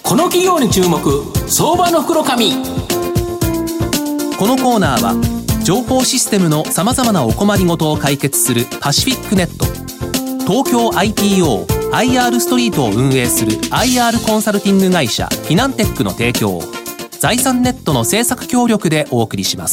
この企業に注目、相場の袋紙。 このコーナーは情報システムのさまざまなお困りごとを解決するパシフィックネット、東京 IPO、IR ストリートを運営する IR コンサルティング会社フィナンテックの提供、財産ネットの制作協力でお送りします。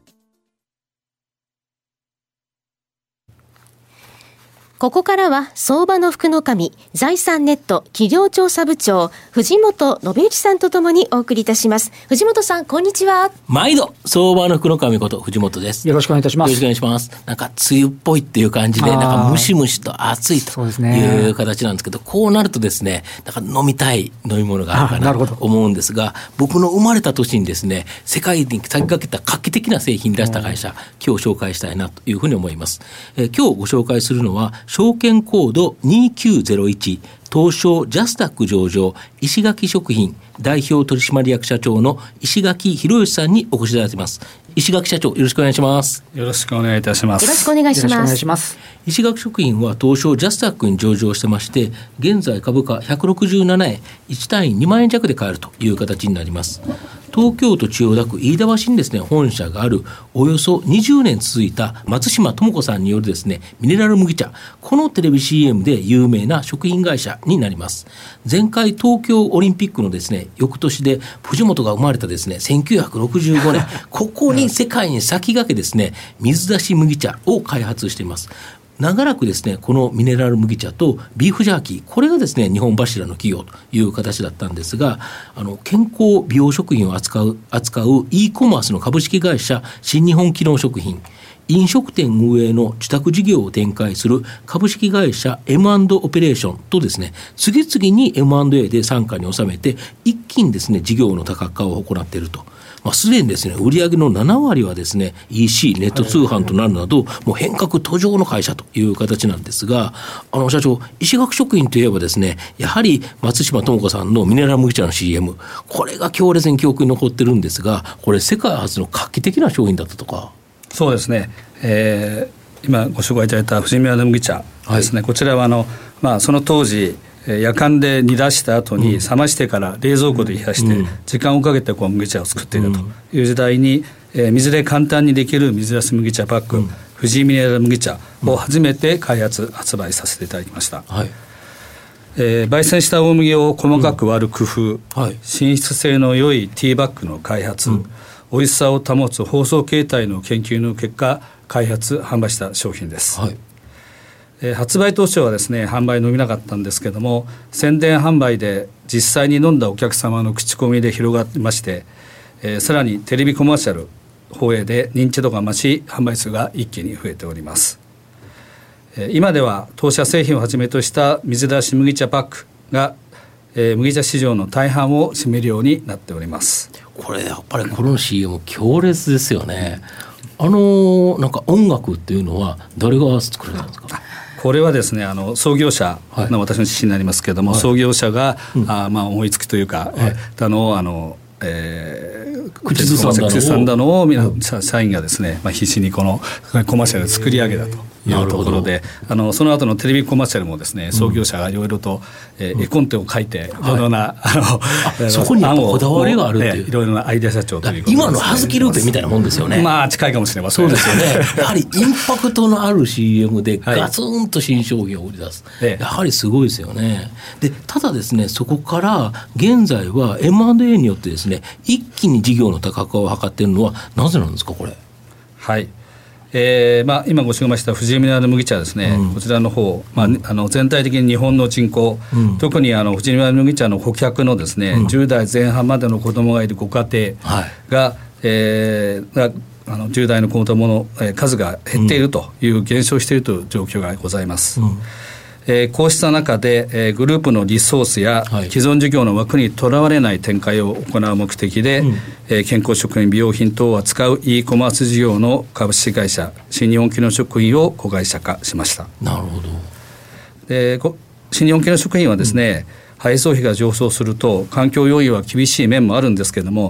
ここからは相場の福の神、財産ネット企業調査部長藤本信之さんとともにお送りいたします。藤本さん、こんにちは。 毎度相場の福の神こと藤本です。 よろしくお願いいたします。 よろしくお願いします。なんか梅雨っぽいっていう感じで、なんかムシムシと暑いという形なんですけど、こうなるとですね、なんか飲みたい飲み物があるかなと思うんですが、僕の生まれた年にですね、世界に先駆けた画期的な製品出した会社、今日紹介したいなというふうに思います。今日ご紹介するのは証券コード2901、東証ジャスタック上場、石垣食品代表取締役社長の石垣博義さんにお越しいただきます。石垣社長、よろしくお願いします。 よろしくお願いいたします。 よろしくお願いします。 石垣食品は東証ジャスタックに上場してまして、現在株価167円、1単位2万円弱で買えるという形になります。東京都千代田区飯田橋にですね、本社があるおよそ20年続いた松島智子さんによるですね、ミネラル麦茶、このテレビ CM で有名な食品会社になります。前回東京オリンピックのですね、翌年で藤本が生まれたですね、1965年ここに世界に先駆けですね、水出し麦茶を開発しています。長らくですね、このミネラル麦茶とビーフジャーキー、これがですね、日本柱の企業という形だったんですが、健康美容食品を扱う e コマースの株式会社新日本機能食品、飲食店運営の受託事業を展開する株式会社 M&オペレーションとですね、次々に M&A で傘下に収めて、一気にですね、事業の多角化を行っていると。すでにですね、売上の7割はですね、EC ネット通販となるなど、もう変革途上の会社という形なんですが、社長、石垣食品といえばですね、やはり松島智子さんのミネラル麦茶の CM、 これが強烈に記憶に残ってるんですが、これ世界初の画期的な商品だったとか。 そうですね、今ご紹介いただいた富士ミネラル麦茶ですね、こちらはその当時夜間で煮出した後に冷ましてから冷蔵庫で冷やして時間をかけて麦茶を作っているという時代に、水で簡単にできる水出し麦茶パック、富士ミネラル麦茶を初めて発売させていただきました。焙煎した大麦を細かく割る工夫、品質性の良いティーバッグの開発、美味しさを保つ包装形態の研究の結果、開発販売した商品です。発売当初はですね、販売伸びなかったんですけども、宣伝販売で実際に飲んだお客様の口コミで広がってまして、さらにテレビコマーシャル放映で認知度が増し、販売数が一気に増えております。今では当社製品をはじめとした水出し麦茶パックが、麦茶市場の大半を占めるようになっております。 これやっぱりこの CM 強烈ですよね。なんか音楽っていうのは誰が作られたんですか？ これはですね、創業者の私の父になりますけれども、創業者が、思いつきというか、口ずさんだのを社員がですね、必死にこのコマーシャルを作り上げたというところで、その後のテレビコマーシャルもですね、創業者がいろいろと絵コンテを書いて、いろいろなそこにやっぱこだわりがあるっていう、 いろいろなアイデア社長ということで、 今の葉月ルーペみたいなもんですよね。 近いかもしれません。 そうですよね。やはりインパクトのある CM でガツンと新商品を売り出す、やはりすごいですよね。でただですね、そこから現在は M&A によってですね、一気に事業の多角化を図っているのはなぜなんですか、これ。 今ご紹介ました富士ミネラル麦茶ですね、こちらの方、全体的に日本の人口、特に富士ミネラル麦茶の顧客のですね、10代前半までの子どもがいるご家庭が、10代の子どもの数が減っているという減少しているという状況がございます。こうした中で、グループのリソースや既存事業の枠にとらわれない展開を行う目的で、健康食品美容品等を扱う e コマース事業の株式会社新日本機能食品を子会社化しました。 なるほど。 新日本機能食品はですね、配送費が上昇すると環境要因は厳しい面もあるんですけれども、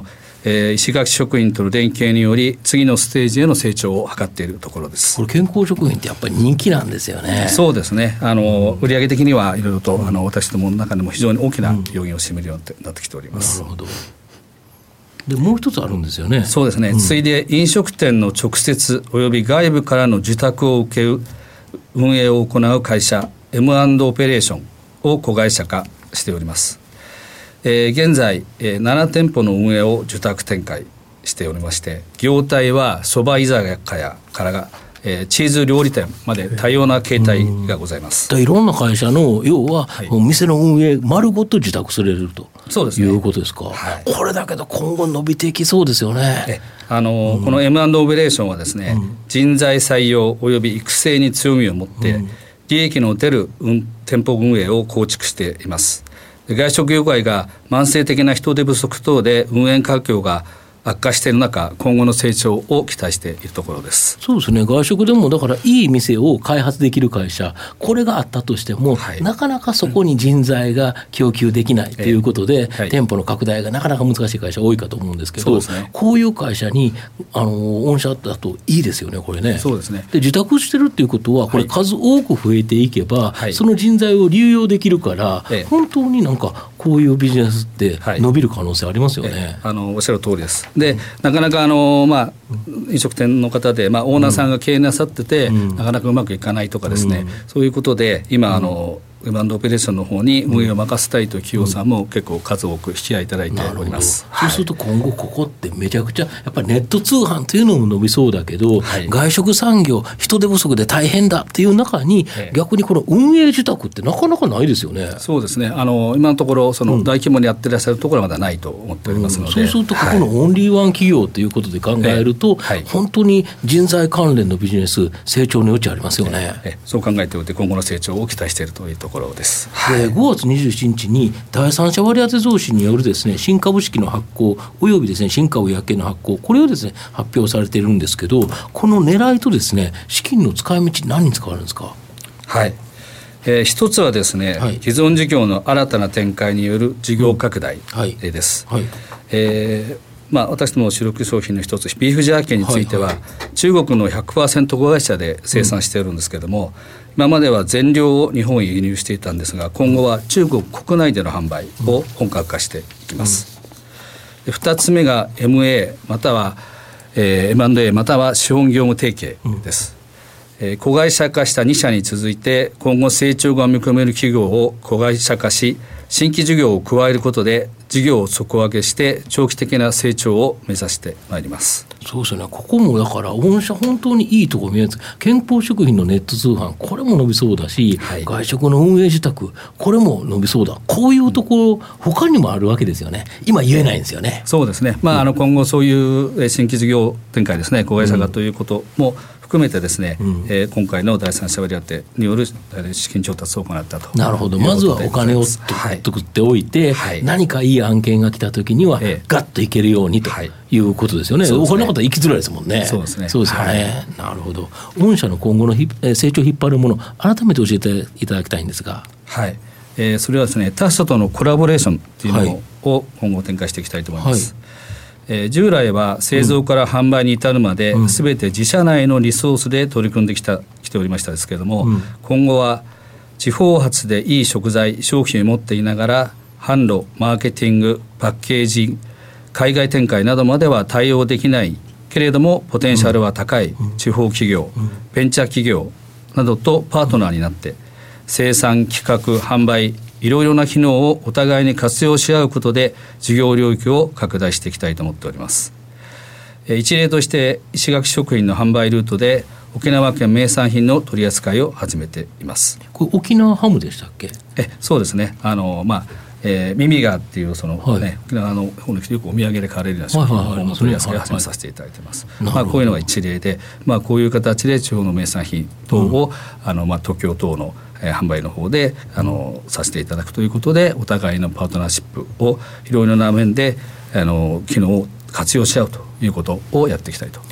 石垣食品との連携により次のステージへの成長を図っているところです。 これ健康食品ってやっぱり人気なんですよね。 そうですね、売上的にはいろいろと私どもの中でも非常に大きな要因を占めるようになってきております。 なるほど。でもう一つあるんですよね。 そうですね、次いで飲食店の直接および外部からの受託を受ける運営を行う会社 M&オペレーションを子会社化しております。現在、7店舗の運営を受託展開しておりまして、業態はそば居酒屋からが、チーズ料理店まで多様な形態がございます。 いろんな会社の要は、もう店の運営丸ごと受託されるとそうです、ね、 いうことですか、これだけど今後伸びていきそうですよね。 この M&オペレーションはですね、人材採用および育成に強みを持って、利益の出る店舗運営を構築しています。外食業界が慢性的な人手不足等で運営環境が悪化している中、今後の成長を期待しているところです。 そうですね、外食でもだからいい店を開発できる会社、これがあったとしても、なかなかそこに人材が供給できないということで、店舗の拡大がなかなか難しい会社多いかと思うんですけど、こういう会社に御社だといいですよね、これね。 そうですね。 で受託してるっていうことはこれ数多く増えていけば、その人材を流用できるから、本当になんかこういうビジネスって伸びる可能性ありますよね。 おっしゃる通りです。でなかなか飲食店の方で、オーナーさんが経営なさってて、なかなかうまくいかないとかですね、そういうことで今M&オペレーションの方に運営を任せたいという企業さんも結構数多く引き合いいただいております。 そうすると今後ここってめちゃくちゃやっぱりネット通販というのも伸びそうだけど、外食産業人手不足で大変だっていう中に、逆にこの運営受託ってなかなかないですよね。 そうですね、今のところその大規模にやってらっしゃるところはまだないと思っておりますので、 そうするとここのオンリーワン企業ということで考えると、本当に人材関連のビジネス成長の余地ありますよね。 そう考えておいて今後の成長を期待しているというところです。 5月27日に第三者割当増資によるですね、新株式の発行およびですね新株薬券の発行、これをですね発表されているんですけど、この狙いとですね資金の使い道何に使われるんですか。 一つはですね、既存事業の新たな展開による事業拡大です。私ども主力商品の一つビーフジャーキーについては、中国の 100% 子会社で生産しているんですけれども、今までは全量を日本へ輸入していたんですが、今後は中国国内での販売を本格化していきます。2つ目が MA または、M&A または資本業務提携です。子会社化した2社に続いて、今後成長が見込める企業を子会社化し、新規事業を加えることで事業を底上げして長期的な成長を目指してまいります。 そうですね、ここもだから御社本当にいいところ見えます。健康食品のネット通販これも伸びそうだし、外食の運営受託これも伸びそうだ。こういうところ他にもあるわけですよね。今言えないんですよね。 そうですね、今後そういう新規事業展開ですね、子会社化ということも含めてですね、今回の第三者割当による資金調達を行ったと。 なるほど、まずはお金を作っておいて、何かいい案件が来た時にはガッといけるようにということですよね。お金の方は行きづらいですもんね。 そうですね。 そうですよね。なるほど。御社の今後の成長を引っ張るもの改めて教えていただきたいんですが。 それはですね、他社とのコラボレーションというのを今後展開していきたいと思います。従来は製造から販売に至るまで全て自社内のリソースで取り組んできておりましたですけれども、今後は地方発でいい食材商品を持っていながら販路マーケティングパッケージ海外展開などまでは対応できないけれどもポテンシャルは高い地方企業、ベンチャー企業などとパートナーになって生産企画販売いろいろな機能をお互いに活用し合うことで事業領域を拡大していきたいと思っております。一例として石垣食品の販売ルートで沖縄県名産品の取り扱いを始めています。 これ沖縄ハムでしたっけ。 そうですね、ミミガーっていう沖縄の方のよくお土産で買われるような商品の取り扱いを始めさせていただいています。こういうのが一例で、こういう形で地方の名産品等を、東京等の販売の方でさせていただくということで、お互いのパートナーシップをいろいろな面で機能を活用し合うということをやっていきたいと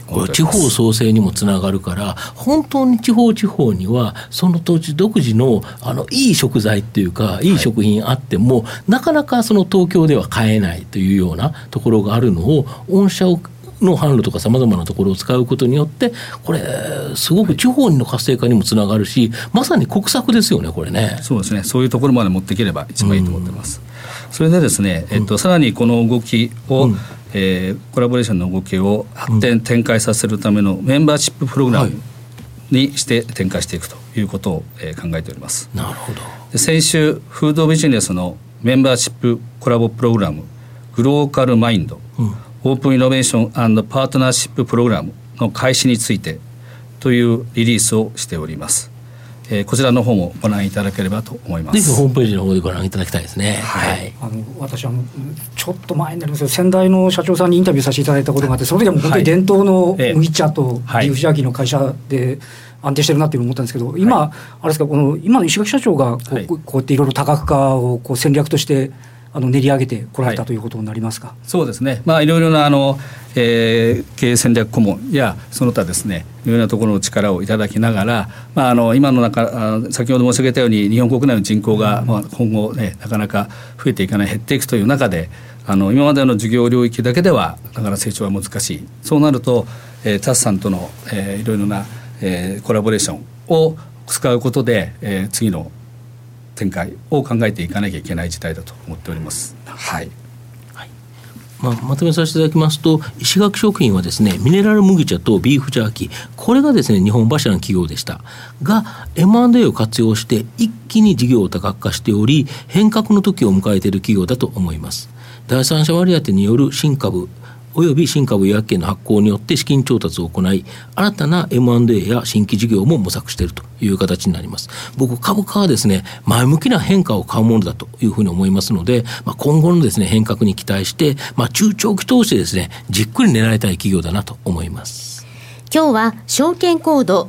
これ地方創生にもつながるから、本当に地方にはその土地独自のいい食材っていうか、いい食品あっても、なかなかその東京では買えないというようなところがあるのを、御社の販路とかさまざまなところを使うことによって、これすごく地方の活性化にもつながるし、まさに国策ですよね、これね。 そうですね、そういうところまで持っていければ一番いいと思ってます。それでですね、さらにこの動きを、コラボレーションの動きを発展、展開させるためのメンバーシッププログラムにして展開していくということを、考えております。 なるほど。 で、先週フードビジネスのメンバーシップコラボプログラムグローカルマインド、オープンイノベーション&パートナーシッププログラムの開始についてというリリースをしております。こちらの方もご覧いただければと思います。 ぜひホームページの方でご覧いただきたいですね。 はい、私ちょっと前になりますけど、先代の社長さんにインタビューさせていただいたことがあって、その時はもう本当に伝統の麦茶とビーフジャーキーの会社で安定してるなっていうのを思ったんですけど、今、あれですか、今の石垣社長がこうやっていろいろ多角化を戦略として練り上げてこられたということになりますか。 そうですね、いろいろな経営戦略顧問やその他ですね、いろいろなところの力をいただきながら、今の中、先ほど申し上げたように日本国内の人口が今後、なかなか増えていかない、減っていくという中で、今までの事業領域だけではなかなか成長は難しい。そうなると、タスさんとの、いろいろな、コラボレーションを使うことで、次の展開を考えていかなきゃいけない事態だと思っております。はい。 まとめさせていただきますと、石垣食品はですね、ミネラル麦茶とビーフジャーキー、これがですね日本柱の企業でしたが、 M&A を活用して一気に事業を多角化しており、変革の時を迎えている企業だと思います。第三者割当による新株および新株予約権の発行によって資金調達を行い、新たな M&A や新規事業も模索しているという形になります。僕、株価はですね、前向きな変化を買うものだというふうに思いますので、今後のですね変革に期待して、中長期投資でですねじっくり狙いたい企業だなと思います。 今日は証券コード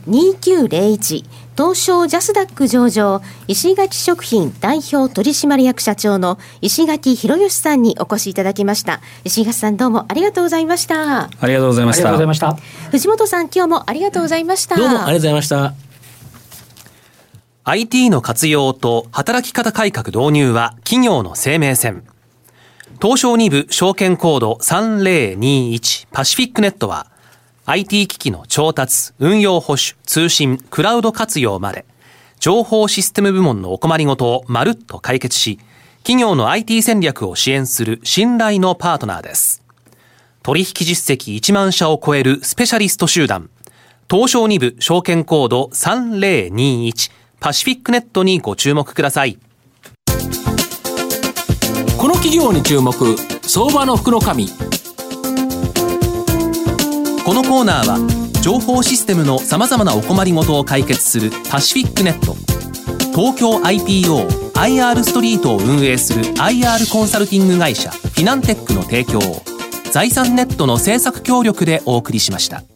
2901東証ジャスダック上場石垣食品代表取締役社長の石垣博義さんにお越しいただきました。石垣さん、どうもありがとうございました。 ありがとうございました。 藤本さん、今日もありがとうございました。 どうもありがとうございました。 IT の活用と働き方改革導入は企業の生命線。東証2部証券コード3021パシフィックネットはIT 機器の調達、運用保守、通信、クラウド活用まで、情報システム部門のお困りごとをまるっと解決し、企業の IT 戦略を支援する信頼のパートナーです。取引実績1万社を超えるスペシャリスト集団、東証2部証券コード3021パシフィックネットにご注目ください。 この企業に注目、相場の福の神。 このコーナーは情報システムのさまざまなお困りごとを解決するパシフィックネット、東京 IPO、IR ストリートを運営する IR コンサルティング会社フィナンテックの提供を財産ネットの制作協力でお送りしました。